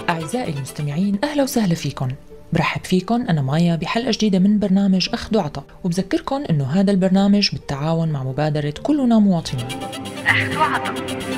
أعزائي المستمعين، أهلا وسهلا فيكم. برحب فيكم أنا مايا بحلقة جديدة من برنامج أخذ وعطا، وبذكركم أنه هذا البرنامج بالتعاون مع مبادرة كلنا مواطنون. أخذ وعطا.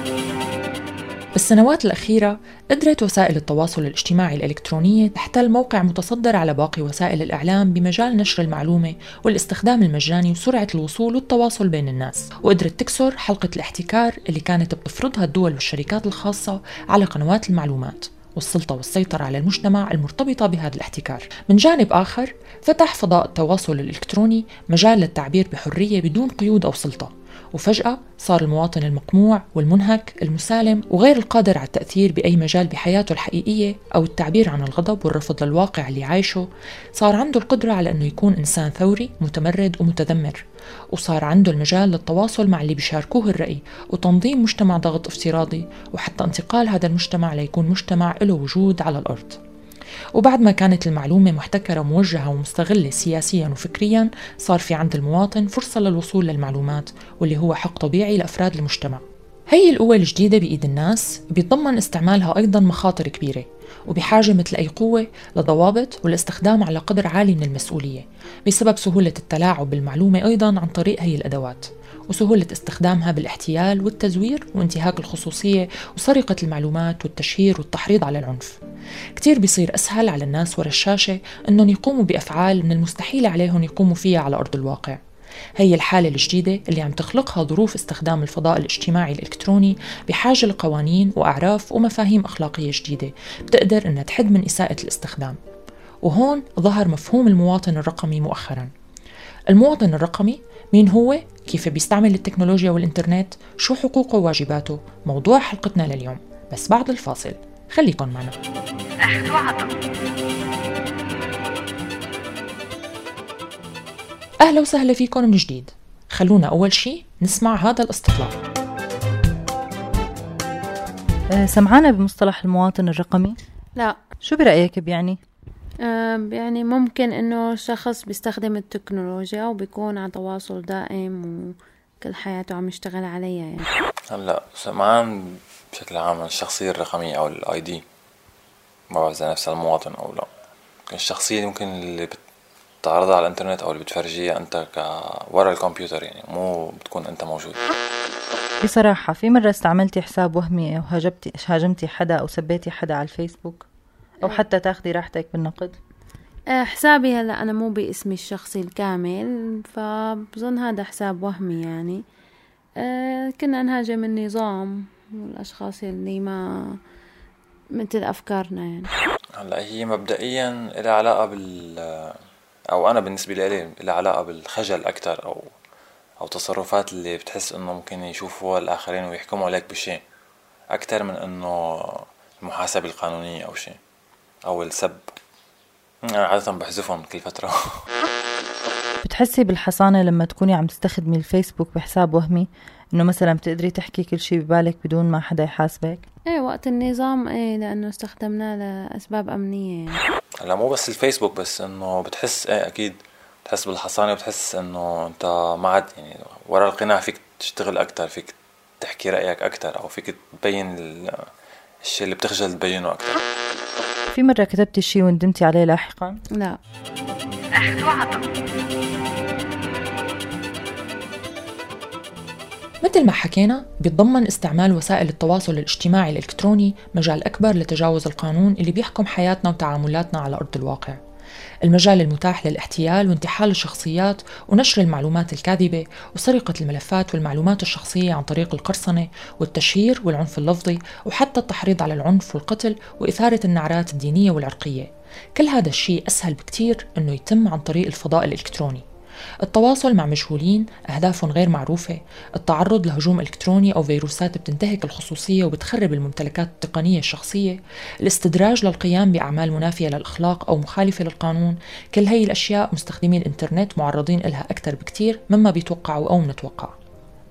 بالسنوات الأخيرة قدرت وسائل التواصل الاجتماعي الإلكترونية تحتل موقع متصدر على باقي وسائل الإعلام بمجال نشر المعلومة والاستخدام المجاني وسرعة الوصول والتواصل بين الناس، وقدرت تكسر حلقة الاحتكار اللي كانت بتفرضها الدول والشركات الخاصة على قنوات المعلومات والسلطة والسيطرة على المجتمع المرتبطة بهذا الاحتكار. من جانب آخر، فتح فضاء التواصل الإلكتروني مجال للتعبير بحرية بدون قيود أو سلطة، وفجأة صار المواطن المقموع والمنهك المسالم وغير القادر على التأثير بأي مجال بحياته الحقيقية أو التعبير عن الغضب والرفض للواقع اللي عايشه، صار عنده القدرة على أنه يكون إنسان ثوري متمرد ومتذمر، وصار عنده المجال للتواصل مع اللي بيشاركوه الرأي وتنظيم مجتمع ضغط افتراضي، وحتى انتقال هذا المجتمع ليكون مجتمع له وجود على الأرض. وبعد ما كانت المعلومة محتكرة وموجهة ومستغلة سياسياً وفكرياً، صار في عند المواطن فرصة للوصول للمعلومات، واللي هو حق طبيعي لأفراد المجتمع. هي القوة الجديدة بإيد الناس بيتضمن استعمالها أيضاً مخاطر كبيرة، وبحاجة مثل أي قوة لضوابط والاستخدام على قدر عالي من المسؤولية، بسبب سهولة التلاعب بالمعلومة أيضاً عن طريق هي الأدوات، وسهولة استخدامها بالاحتيال والتزوير وانتهاك الخصوصية وسرقة المعلومات والتشهير والتحريض على العنف. كتير بيصير أسهل على الناس ورا الشاشة أنهم يقوموا بأفعال من المستحيل عليهم يقوموا فيها على أرض الواقع. هي الحالة الجديدة اللي عم تخلقها ظروف استخدام الفضاء الاجتماعي الإلكتروني بحاجة لقوانين وأعراف ومفاهيم أخلاقية جديدة بتقدر أنها تحد من إساءة الاستخدام. وهون ظهر مفهوم المواطن الرقمي مؤخراً. المواطن الرقمي مين هو؟ كيف بيستعمل التكنولوجيا والإنترنت؟ شو حقوقه وواجباته؟ موضوع حلقتنا لليوم، بس بعد الفاصل. خليكن معنا. أخذ وعطا. أهلا وسهلا فيكم من جديد. خلونا أول شي نسمع هذا الاستطلاع. سمعانا بمصطلح المواطن الرقمي؟ لا. شو برأيك بيعني؟ يعني ممكن إنه شخص بيستخدم التكنولوجيا وبيكون على تواصل دائم وكل حياته عم يشتغل عليها يعني. هلا سمعان بشكل عام الشخصية الرقمية أو الاي دي، ما بعرف إذا نفس المواطن أو لا. الشخصية ممكن اللي بتعرضها على الانترنت أو اللي بتفرجيها أنت ورا الكمبيوتر، يعني مو بتكون أنت موجود. بصراحة في مرة استعملتي حساب وهمي أو هاجمتي حدا أو سبيتي حدا على الفيسبوك أو حتى تاخدي راحتك بالنقد؟ حسابي هلأ أنا مو باسمي الشخصي الكامل، فبظن هذا حساب وهمي يعني. كنا نهاجم النظام والأشخاص اللي ما مثل أفكارنا يعني. هلا هي مبدئيا لها علاقة أو أنا بالنسبة لي لها علاقة بالخجل أكتر أو تصرفات اللي بتحس إنه ممكن يشوفوها الآخرين ويحكموا عليك بشيء أكتر من إنه المحاسبة القانونية أو شيء أو السب. أنا عادة بحذفهم كل فترة. بتحسي بالحصانة لما تكوني عم تستخدمي الفيسبوك بحساب وهمي، إنه مثلا بتقدري تحكي كل شيء ببالك بدون ما حدا يحاسبك؟ إيه وقت النظام، إيه لأنه استخدمناه لأسباب أمنية يعني. لا مو بس الفيسبوك، بس إنه بتحس أكيد بتحس بالحصانة وبتحس إنه أنت ما عاد يعني ورا القناع فيك تشتغل أكتر، فيك تحكي رأيك أكتر أو فيك تبين الشيء اللي بتخجل تبينه أكتر. في مرة كتبتي شيء وندمتي عليه لاحقا؟ لا. أخذ وعطا. مثل ما حكينا، بيتضمن استعمال وسائل التواصل الاجتماعي الإلكتروني مجال أكبر لتجاوز القانون اللي بيحكم حياتنا وتعاملاتنا على أرض الواقع. المجال المتاح للاحتيال وانتحال الشخصيات ونشر المعلومات الكاذبة وسرقة الملفات والمعلومات الشخصية عن طريق القرصنة والتشهير والعنف اللفظي وحتى التحريض على العنف والقتل وإثارة النعرات الدينية والعرقية. كل هذا الشيء أسهل بكتير أنه يتم عن طريق الفضاء الإلكتروني. التواصل مع مجهولين أهدافهم غير معروفة، التعرض لهجوم إلكتروني أو فيروسات بتنتهك الخصوصية وبتخرب الممتلكات التقنية الشخصية، الاستدراج للقيام بأعمال منافية للأخلاق أو مخالفة للقانون. كل هاي الأشياء مستخدمي الإنترنت معرضين إلها أكثر بكتير مما بيتوقعوا أو منتوقع.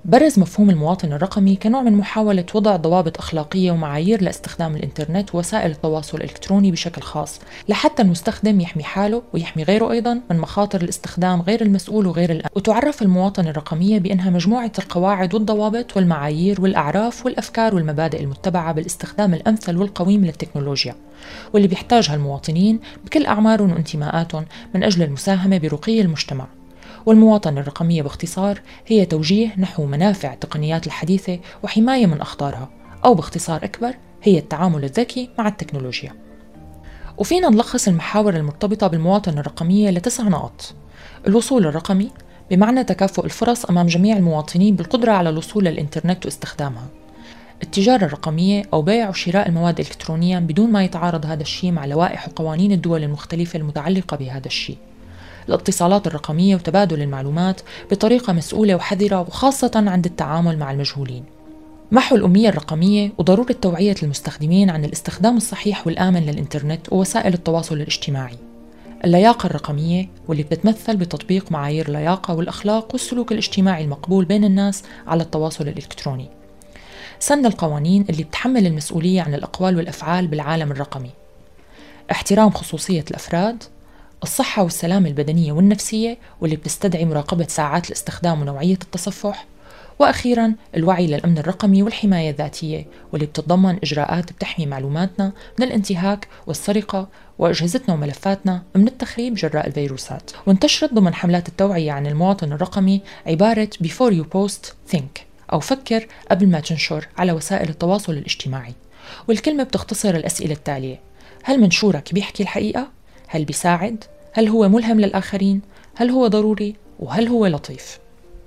برز مفهوم المواطن الرقمي كنوع من محاولة وضع ضوابط أخلاقية ومعايير لاستخدام الإنترنت ووسائل التواصل الإلكتروني بشكل خاص، لحتى المستخدم يحمي حاله ويحمي غيره أيضاً من مخاطر الاستخدام غير المسؤول وغير الأمن. وتعرف المواطن الرقمية بأنها مجموعة القواعد والضوابط والمعايير والأعراف والأفكار والمبادئ المتبعة بالاستخدام الأمثل والقويم للتكنولوجيا، واللي بيحتاجها المواطنين بكل أعمارهم وانتماءاتهم من أجل المساهمة برقي المجتمع. والمواطنة الرقمية باختصار هي توجيه نحو منافع التقنيات الحديثة وحماية من أخطارها، أو باختصار أكبر هي التعامل الذكي مع التكنولوجيا. وفينا نلخص المحاور المرتبطة بالمواطنة الرقمية ل9 نقط: الوصول الرقمي بمعنى تكافؤ الفرص أمام جميع المواطنين بالقدرة على الوصول للإنترنت واستخدامها. التجارة الرقمية أو بيع وشراء المواد إلكترونيا بدون ما يتعارض هذا الشيء مع لوائح وقوانين الدول المختلفة المتعلقة بهذا الشيء. الاتصالات الرقمية وتبادل المعلومات بطريقة مسؤولة وحذرة، وخاصة عند التعامل مع المجهولين. محو الأمية الرقمية وضرورة توعية المستخدمين عن الاستخدام الصحيح والآمن للإنترنت ووسائل التواصل الاجتماعي. اللياقة الرقمية واللي بتتمثل بتطبيق معايير اللياقة والأخلاق والسلوك الاجتماعي المقبول بين الناس على التواصل الإلكتروني. سن القوانين اللي بتحمل المسؤولية عن الأقوال والأفعال بالعالم الرقمي. احترام خصوصية الأفراد. الصحة والسلامة البدنية والنفسية واللي بتستدعي مراقبة ساعات الاستخدام ونوعية التصفح. وأخيراً الوعي للأمن الرقمي والحماية الذاتية واللي بتتضمن إجراءات بتحمي معلوماتنا من الانتهاك والسرقة وأجهزتنا وملفاتنا من التخريب جراء الفيروسات. وانتشرت ضمن حملات التوعية عن المواطن الرقمي عبارة Before you post, think، أو فكر قبل ما تنشر على وسائل التواصل الاجتماعي. والكلمة بتختصر الأسئلة التالية: هل منشورك بيحكي الحقيقة؟ هل بيساعد؟ هل هو ملهم للآخرين؟ هل هو ضروري؟ وهل هو لطيف؟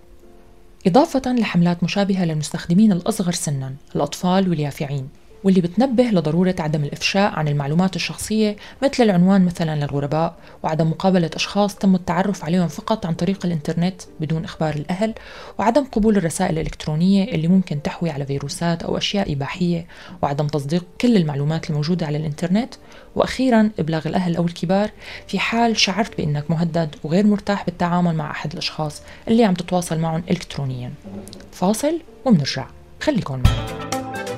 إضافة لحملات مشابهة للمستخدمين الأصغر سناً، الأطفال واليافعين، واللي بتنبه لضرورة عدم الإفشاء عن المعلومات الشخصية مثل العنوان مثلاً للغرباء، وعدم مقابلة أشخاص تم التعرف عليهم فقط عن طريق الإنترنت بدون إخبار الأهل، وعدم قبول الرسائل الإلكترونية اللي ممكن تحوي على فيروسات أو أشياء إباحية، وعدم تصديق كل المعلومات الموجودة على الإنترنت. وأخيراً إبلاغ الأهل أو الكبار في حال شعرت بأنك مهدد وغير مرتاح بالتعامل مع أحد الأشخاص اللي عم تتواصل معهم إلكترونياً. فاصل ومنرجع، خليكن معنا.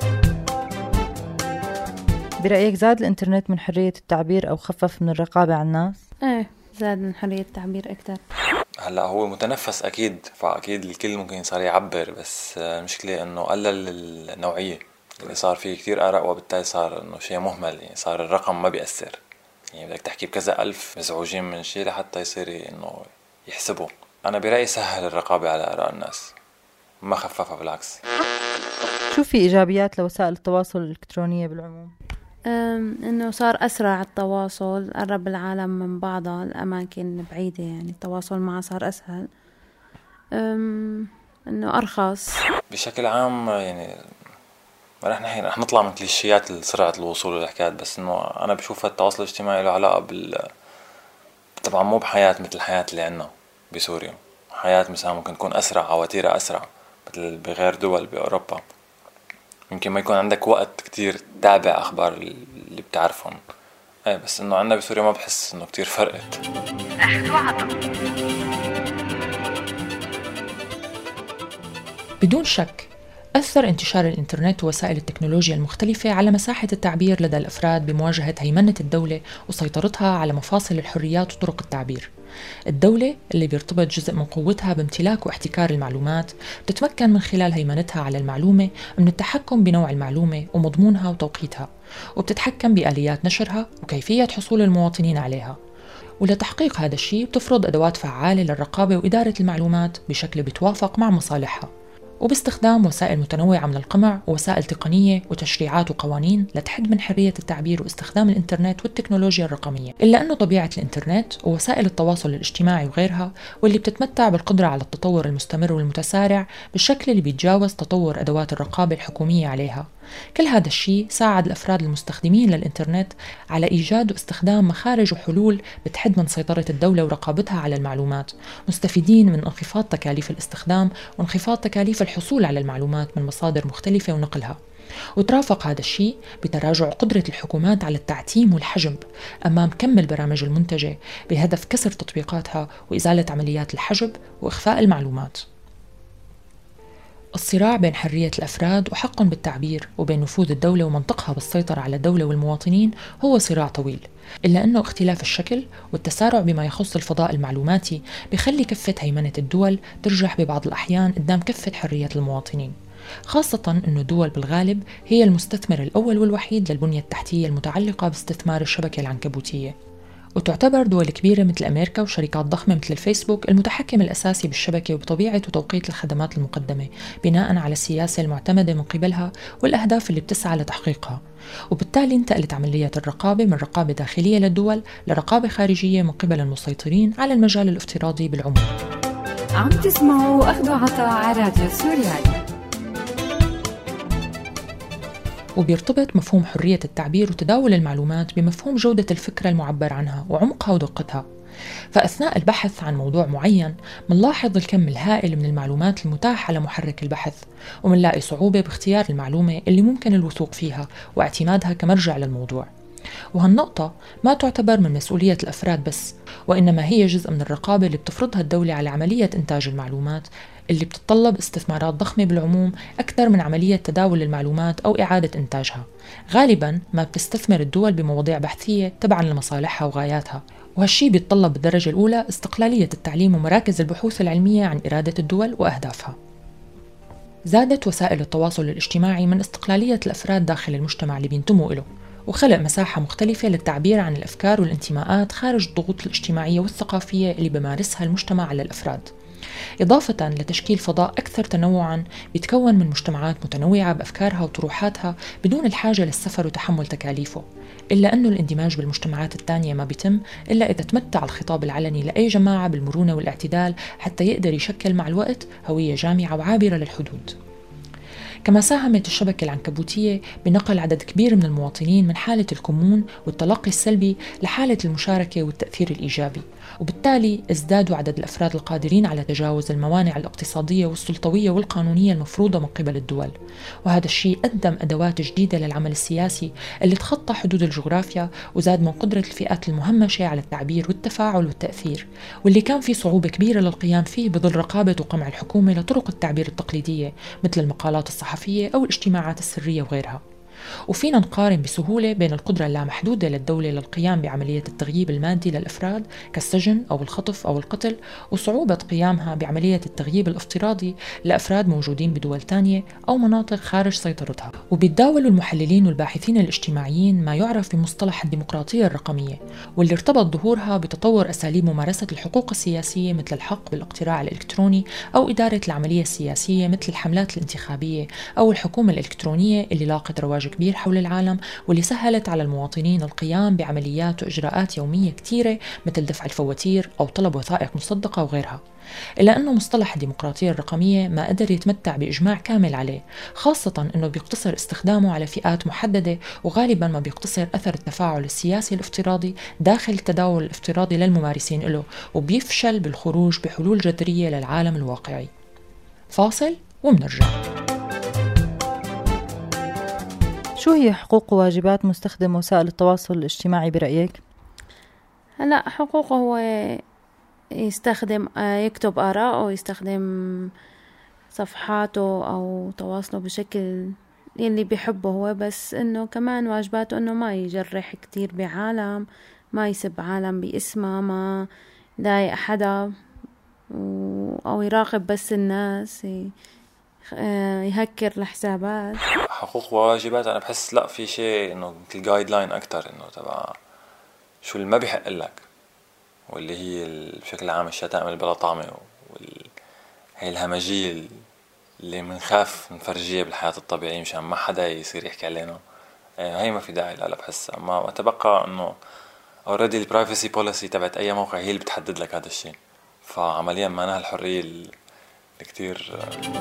برأيك زاد الإنترنت من حرية التعبير أو خفف من الرقابة على الناس؟ ايه، زاد من حرية التعبير أكتر. هلا هو متنفس أكيد، فأكيد الكل ممكن صار يعبر، بس المشكلة إنه قلل النوعية، يعني صار فيه كتير آراء وبالتالي صار إنه شيء مهمل، يعني صار الرقم ما بيأثر، يعني بدك تحكي بكذا ألف مزعوجين من شيء لحتى يصير إنه يحسبوا. أنا برأيي سهل الرقابة على آراء الناس، ما خففها بالعكس. شو في إيجابيات لوسائل التواصل الإلكترونية بالعموم؟ إنه صار أسرع التواصل، قرب العالم من بعضها، الأماكن بعيدة يعني التواصل معها صار أسهل. إنه أرخص بشكل عام. يعني رح نطلع من كليشيات سرعة الوصول للحكايات، بس إنه أنا بشوف التواصل الاجتماعي له علاقة طبعا مو بحياة مثل الحياة اللي عنا بسوريا. حياة مثلا ممكن تكون أسرع أو وتيرة أسرع مثل بغير دول بأوروبا، يمكن ما يكون عندك وقت كتير تتابع أخبار اللي بتعرفهم. بس إنه عنا بسوريا ما بحس إنه كتير فرقت. بدون شك أثر انتشار الإنترنت ووسائل التكنولوجيا المختلفة على مساحة التعبير لدى الأفراد بمواجهة هيمنة الدولة وسيطرتها على مفاصل الحريات وطرق التعبير. الدولة اللي بيرتبط جزء من قوتها بامتلاك واحتكار المعلومات بتتمكن من خلال هيمنتها على المعلومة من التحكم بنوع المعلومة ومضمونها وتوقيتها، وبتتحكم بآليات نشرها وكيفية حصول المواطنين عليها. ولتحقيق هذا الشيء بتفرض أدوات فعالة للرقابة وإدارة المعلومات بشكل بيتوافق مع مصالحها، وباستخدام وسائل متنوعة من القمع ووسائل تقنية وتشريعات وقوانين لتحد من حرية التعبير واستخدام الإنترنت والتكنولوجيا الرقمية. إلا أنه طبيعة الإنترنت ووسائل التواصل الاجتماعي وغيرها واللي بتتمتع بالقدرة على التطور المستمر والمتسارع بالشكل اللي بيتجاوز تطور أدوات الرقابة الحكومية عليها. كل هذا الشيء ساعد الأفراد المستخدمين للإنترنت على إيجاد واستخدام مخارج وحلول بتحد من سيطرة الدولة ورقابتها على المعلومات، مستفيدين من انخفاض تكاليف الاستخدام وانخفاض تكاليف الحصول على المعلومات من مصادر مختلفة ونقلها. وترافق هذا الشيء بتراجع قدرة الحكومات على التعتيم والحجب أمام كم البرامج المنتجة بهدف كسر تطبيقاتها وإزالة عمليات الحجب وإخفاء المعلومات. الصراع بين حرية الأفراد وحقهم بالتعبير وبين نفوذ الدولة ومنطقها بالسيطرة على الدولة والمواطنين هو صراع طويل، إلا أنه اختلاف الشكل والتسارع بما يخص الفضاء المعلوماتي بيخلي كفة هيمنة الدول ترجح ببعض الأحيان قدام كفة حرية المواطنين، خاصة أن الدول بالغالب هي المستثمر الأول والوحيد للبنية التحتية المتعلقة باستثمار الشبكة العنكبوتية. وتعتبر دول كبيرة مثل أمريكا وشركات ضخمة مثل الفيسبوك المتحكم الأساسي بالشبكة وبطبيعة وتوقيت الخدمات المقدمة بناء على السياسة المعتمدة من قبلها والأهداف اللي بتسعى لتحقيقها. وبالتالي انتقلت عملية الرقابة من رقابة داخلية للدول لرقابة خارجية من قبل المسيطرين على المجال الافتراضي بالعموم. عم تسمعوا أخذ وعطاء على راديو سوريالي. وبيرتبط مفهوم حرية التعبير وتداول المعلومات بمفهوم جودة الفكرة المعبر عنها وعمقها ودقتها. فأثناء البحث عن موضوع معين منلاحظ الكم الهائل من المعلومات المتاح على محرك البحث، ومنلاقي صعوبة باختيار المعلومة اللي ممكن الوثوق فيها واعتمادها كمرجع للموضوع. وهالنقطة ما تعتبر من مسؤولية الأفراد بس، وإنما هي جزء من الرقابة اللي بتفرضها الدولة على عملية إنتاج المعلومات اللي بتتطلب استثمارات ضخمة بالعموم أكثر من عملية تداول المعلومات أو إعادة إنتاجها. غالباً ما بتستثمر الدول بمواضيع بحثية تبعاً لمصالحها وغاياتها، وهالشي بيتطلب بالدرجة الأولى استقلالية التعليم ومراكز البحوث العلمية عن إرادة الدول وأهدافها. زادت وسائل التواصل الاجتماعي من استقلالية الأفراد داخل المجتمع اللي بينتموا إله، وخلق مساحة مختلفة للتعبير عن الأفكار والانتماءات خارج الضغوط الاجتماعية والثقافية اللي بمارسها المجتمع على الأفراد، إضافة لتشكيل فضاء أكثر تنوعاً بيتكون من مجتمعات متنوعة بأفكارها وطروحاتها بدون الحاجة للسفر وتحمل تكاليفه. إلا أنه الاندماج بالمجتمعات التانية ما بيتم إلا إذا تمتع الخطاب العلني لأي جماعة بالمرونة والاعتدال حتى يقدر يشكل مع الوقت هوية جامعة وعابرة للحدود. كما ساهمت الشبكة العنكبوتية بنقل عدد كبير من المواطنين من حالة الكمون والتلقي السلبي لحالة المشاركة والتأثير الإيجابي، وبالتالي ازدادوا عدد الأفراد القادرين على تجاوز الموانع الاقتصادية والسلطوية والقانونية المفروضة من قبل الدول. وهذا الشيء قدم أدوات جديدة للعمل السياسي اللي تخطى حدود الجغرافيا وزاد من قدرة الفئات المهمشة على التعبير والتفاعل والتأثير، واللي كان في صعوبة كبيرة للقيام فيه بظل رقابة وقمع الحكومة لطرق التعبير التقليدية مثل المقالات الصحفية أو الاجتماعات السرية وغيرها. وفينا نقارن بسهولة بين القدرة اللامحدودة للدولة للقيام بعملية التغييب المادي للأفراد كالسجن أو الخطف أو القتل، وصعوبة قيامها بعملية التغييب الافتراضي لأفراد موجودين بدول تانية أو مناطق خارج سيطرتها. وبيتداول المحللين والباحثين الاجتماعيين ما يعرف بمصطلح الديمقراطية الرقمية، واللي ارتبط ظهورها بتطور أساليب ممارسة الحقوق السياسية مثل الحق بالاقتراع الإلكتروني أو إدارة العملية السياسية مثل الحملات الانتخابية أو الحكومة الإلكترونية اللي لاقت رواج كبير حول العالم، واللي سهلت على المواطنين القيام بعمليات وإجراءات يومية كتيرة مثل دفع الفواتير أو طلب وثائق مصدقة وغيرها. إلا أنه مصطلح الديمقراطية الرقمية ما قدر يتمتع بإجماع كامل عليه، خاصة أنه بيقتصر استخدامه على فئات محددة، وغالبا ما بيقتصر أثر التفاعل السياسي الافتراضي داخل التداول الافتراضي للممارسين له، وبيفشل بالخروج بحلول جذرية للعالم الواقعي. فاصل ومنرجع. شو هي حقوق وواجبات مستخدم وسائل التواصل الاجتماعي برأيك؟ هلا حقوقه هو يستخدم يكتب آراء أو يستخدم صفحاته أو تواصله بشكل اللي بيحبه هو، بس إنه كمان واجباته إنه ما يجرح كتير بعالم، ما يسب عالم باسمه، ما يضايق حدا، أو يراقب بس الناس، يهكر الحسابات. حقوق وواجبات أنا بحس لا في شيء إنه مثل جايد لاين أكتر، إنه تبع شو اللي ما بيحق لك، واللي هي بشكل عام الشتائم اللي بلا طعمة هي الهمجية اللي منخاف نفرجيها بالحياة الطبيعية مشان ما حدا يصير يحكي علينا، هي ما في داعي لا بحس. أما أتبقى إنه already البرايفسي بوليسي تبعت أي موقع هي اللي بتحدد لك هذا الشيء، فعمليا معناها الحرية اللي كتير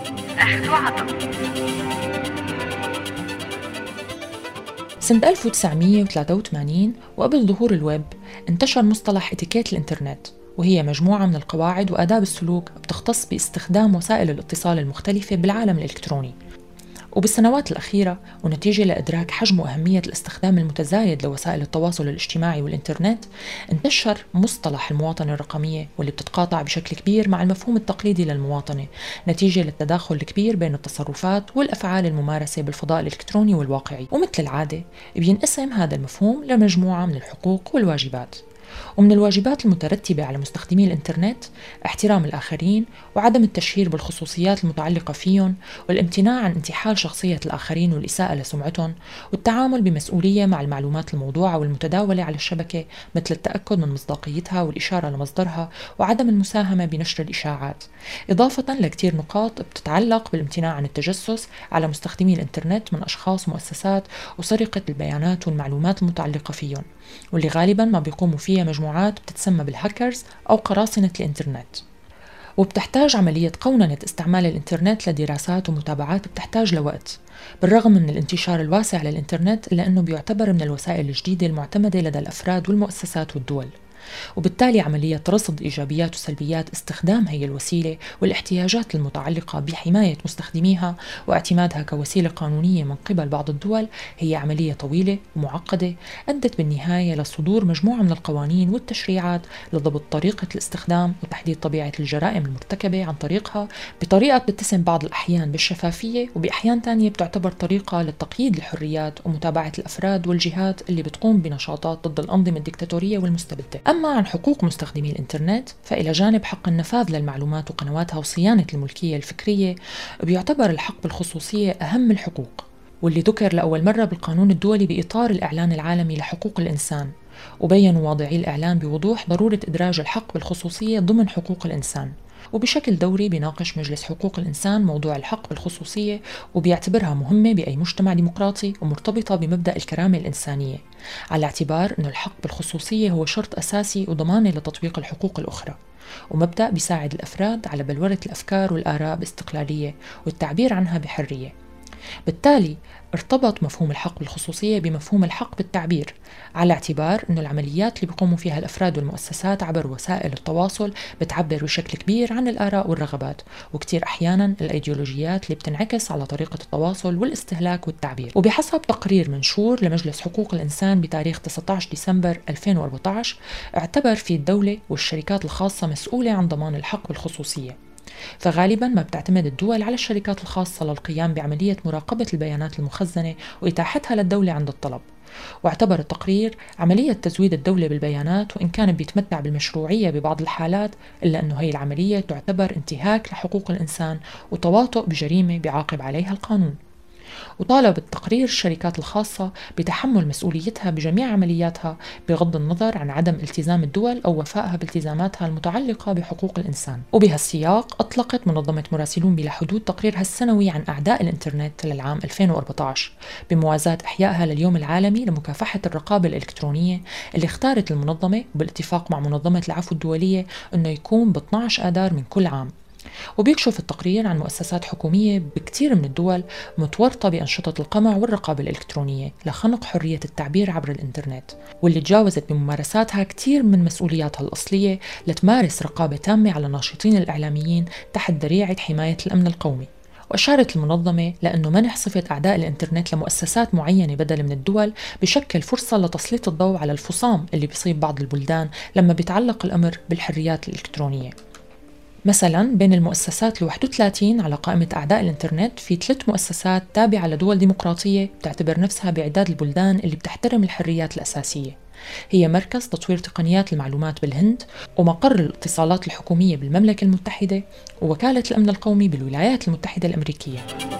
سنة 1983 وقبل ظهور الويب انتشر مصطلح اتيكيت الانترنت، وهي مجموعة من القواعد وآداب السلوك بتختص باستخدام وسائل الاتصال المختلفة بالعالم الإلكتروني. وبالسنوات الأخيرة ونتيجة لإدراك حجم وأهمية الاستخدام المتزايد لوسائل التواصل الاجتماعي والإنترنت، انتشر مصطلح المواطنة الرقمية، واللي بتتقاطع بشكل كبير مع المفهوم التقليدي للمواطنة نتيجة للتداخل الكبير بين التصرفات والأفعال الممارسة بالفضاء الإلكتروني والواقعي. ومثل العادة بينقسم هذا المفهوم لمجموعة من الحقوق والواجبات. ومن الواجبات المترتبة على مستخدمي الإنترنت احترام الآخرين وعدم التشهير بالخصوصيات المتعلقة فيهم، والامتناع عن انتحال شخصية الآخرين والإساءة لسمعتهم، والتعامل بمسؤولية مع المعلومات الموضوعة والمتداولة على الشبكة، مثل التأكد من مصداقيتها والإشارة لمصدرها وعدم المساهمة بنشر الإشاعات، إضافة لكتير نقاط بتتعلق بالامتناع عن التجسس على مستخدمي الإنترنت من أشخاص ومؤسسات وسرقة البيانات والمعلومات المتعلقة فيهم، واللي غالباً ما بيقوموا فيها مجموعات بتتسمى بالهاكرز أو قراصنة الإنترنت. وبتحتاج عملية قوننة استعمال الإنترنت لدراسات ومتابعات بتحتاج لوقت، بالرغم من الانتشار الواسع للإنترنت إلا أنه بيعتبر من الوسائل الجديدة المعتمدة لدى الأفراد والمؤسسات والدول. وبالتالي عملية رصد إيجابيات وسلبيات استخدام هي الوسيلة والاحتياجات المتعلقة بحماية مستخدميها واعتمادها كوسيلة قانونية من قبل بعض الدول هي عملية طويلة ومعقدة أدت بالنهاية لصدور مجموعة من القوانين والتشريعات لضبط طريقة الاستخدام وتحديد طبيعة الجرائم المرتكبة عن طريقها بطريقة بتتسم بعض الأحيان بالشفافية، وبأحيان تانية بتعتبر طريقة لتقييد الحريات ومتابعة الأفراد والجهات اللي بتقوم بنشاطات ضد الأنظمة الدكتاتورية والمستبدة. أما عن حقوق مستخدمي الإنترنت فإلى جانب حق النفاذ للمعلومات وقنواتها وصيانة الملكية الفكرية، بيعتبر الحق بالخصوصية أهم الحقوق، واللي ذكر لأول مرة بالقانون الدولي بإطار الإعلان العالمي لحقوق الإنسان. وبيّنوا واضعي الإعلان بوضوح ضرورة إدراج الحق بالخصوصية ضمن حقوق الإنسان. وبشكل دوري بيناقش مجلس حقوق الإنسان موضوع الحق بالخصوصية، وبيعتبرها مهمة بأي مجتمع ديمقراطي ومرتبطة بمبدأ الكرامة الإنسانية، على اعتبار أن الحق بالخصوصية هو شرط أساسي وضمانة لتطبيق الحقوق الأخرى، ومبدأ بيساعد الأفراد على بلورة الأفكار والآراء باستقلالية والتعبير عنها بحرية. بالتالي ارتبط مفهوم الحق بالخصوصية بمفهوم الحق بالتعبير، على اعتبار أن العمليات اللي بيقوموا فيها الأفراد والمؤسسات عبر وسائل التواصل بتعبر بشكل كبير عن الآراء والرغبات، وكتير أحيانا الأيديولوجيات اللي بتنعكس على طريقة التواصل والاستهلاك والتعبير. وبحسب تقرير منشور لمجلس حقوق الإنسان بتاريخ 19 ديسمبر 2014 اعتبر في الدولة والشركات الخاصة مسؤولة عن ضمان الحق بالخصوصية، فغالباً ما بتعتمد الدول على الشركات الخاصة للقيام بعملية مراقبة البيانات المخزنة وإتاحتها للدولة عند الطلب. واعتبر التقرير عملية تزويد الدولة بالبيانات، وإن كان بيتمتع بالمشروعية ببعض الحالات، إلا أنه هي العملية تعتبر انتهاك لحقوق الإنسان وتواطؤ بجريمة بيعاقب عليها القانون. وطالب التقرير الشركات الخاصة بتحمل مسؤوليتها بجميع عملياتها بغض النظر عن عدم التزام الدول أو وفائها بالتزاماتها المتعلقة بحقوق الإنسان. وبهالسياق أطلقت منظمة مراسلون بلا حدود تقريرها السنوي عن أعداء الإنترنت للعام 2014 بموازاة إحيائها لليوم العالمي لمكافحة الرقابة الإلكترونية، اللي اختارت المنظمة بالاتفاق مع منظمة العفو الدولية أنه يكون ب 12 آذار من كل عام. وبيكشف التقرير عن مؤسسات حكومية بكثير من الدول متورطة بأنشطة القمع والرقابة الإلكترونية لخنق حرية التعبير عبر الإنترنت، واللي تجاوزت بممارساتها كثير من مسؤولياتها الأصلية لتمارس رقابة تامة على الناشطين الإعلاميين تحت ذريعة حماية الأمن القومي. وأشارت المنظمة لأنه منح صفة أعداء الإنترنت لمؤسسات معينة بدل من الدول بشكل فرصة لتسليط الضوء على الفصام اللي بيصيب بعض البلدان لما بيتعلق الأمر بالحريات الإلكترونية. مثلا بين المؤسسات 31 على قائمة أعداء الإنترنت في 3 مؤسسات تابعة لدول ديمقراطية بتعتبر نفسها بعداد البلدان اللي بتحترم الحريات الأساسية، هي مركز تطوير تقنيات المعلومات بالهند، ومقر الاتصالات الحكومية بالمملكة المتحدة، ووكالة الأمن القومي بالولايات المتحدة الأمريكية.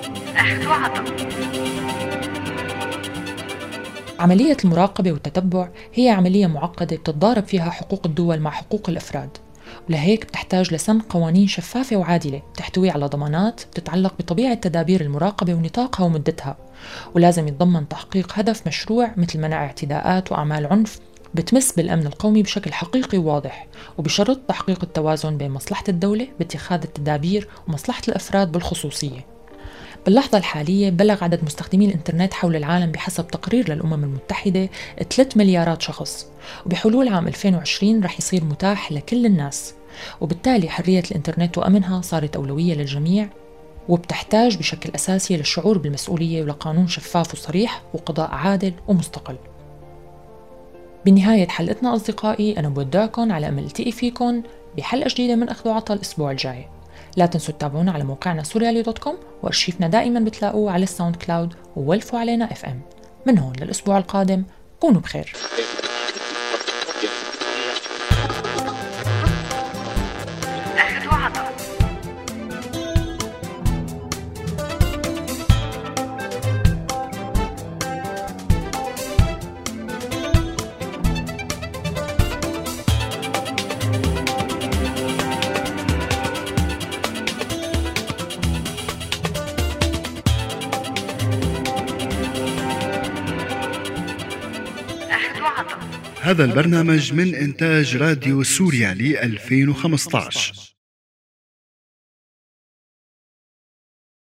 عملية المراقبة والتتبع هي عملية معقدة بتتضارب فيها حقوق الدول مع حقوق الأفراد، ولهيك بتحتاج لسن قوانين شفافة وعادلة تحتوي على ضمانات تتعلق بطبيعة تدابير المراقبة ونطاقها ومدتها، ولازم يتضمن تحقيق هدف مشروع مثل منع اعتداءات وأعمال عنف بتمس بالأمن القومي بشكل حقيقي وواضح، وبشرط تحقيق التوازن بين مصلحة الدولة باتخاذ التدابير ومصلحة الأفراد بالخصوصية. باللحظة الحالية بلغ عدد مستخدمي الإنترنت حول العالم بحسب تقرير للأمم المتحدة 3 مليارات شخص، وبحلول عام 2020 رح يصير متاح لكل الناس، وبالتالي حرية الإنترنت وأمنها صارت أولوية للجميع وبتحتاج بشكل أساسي للشعور بالمسؤولية ولقانون شفاف وصريح وقضاء عادل ومستقل. بنهاية حلقتنا أصدقائي أنا بودعكم على أمل التقي فيكم بحلقة جديدة من أخذ وعطا الأسبوع الجاي. لا تنسوا تتابعونا على موقعنا سوريالي.com، وأرشيفنا دائما بتلاقوه على الساوند كلاود، وولفوا علينا FM. من هون للأسبوع القادم كونوا بخير. هذا البرنامج من إنتاج راديو سوريالي 2015.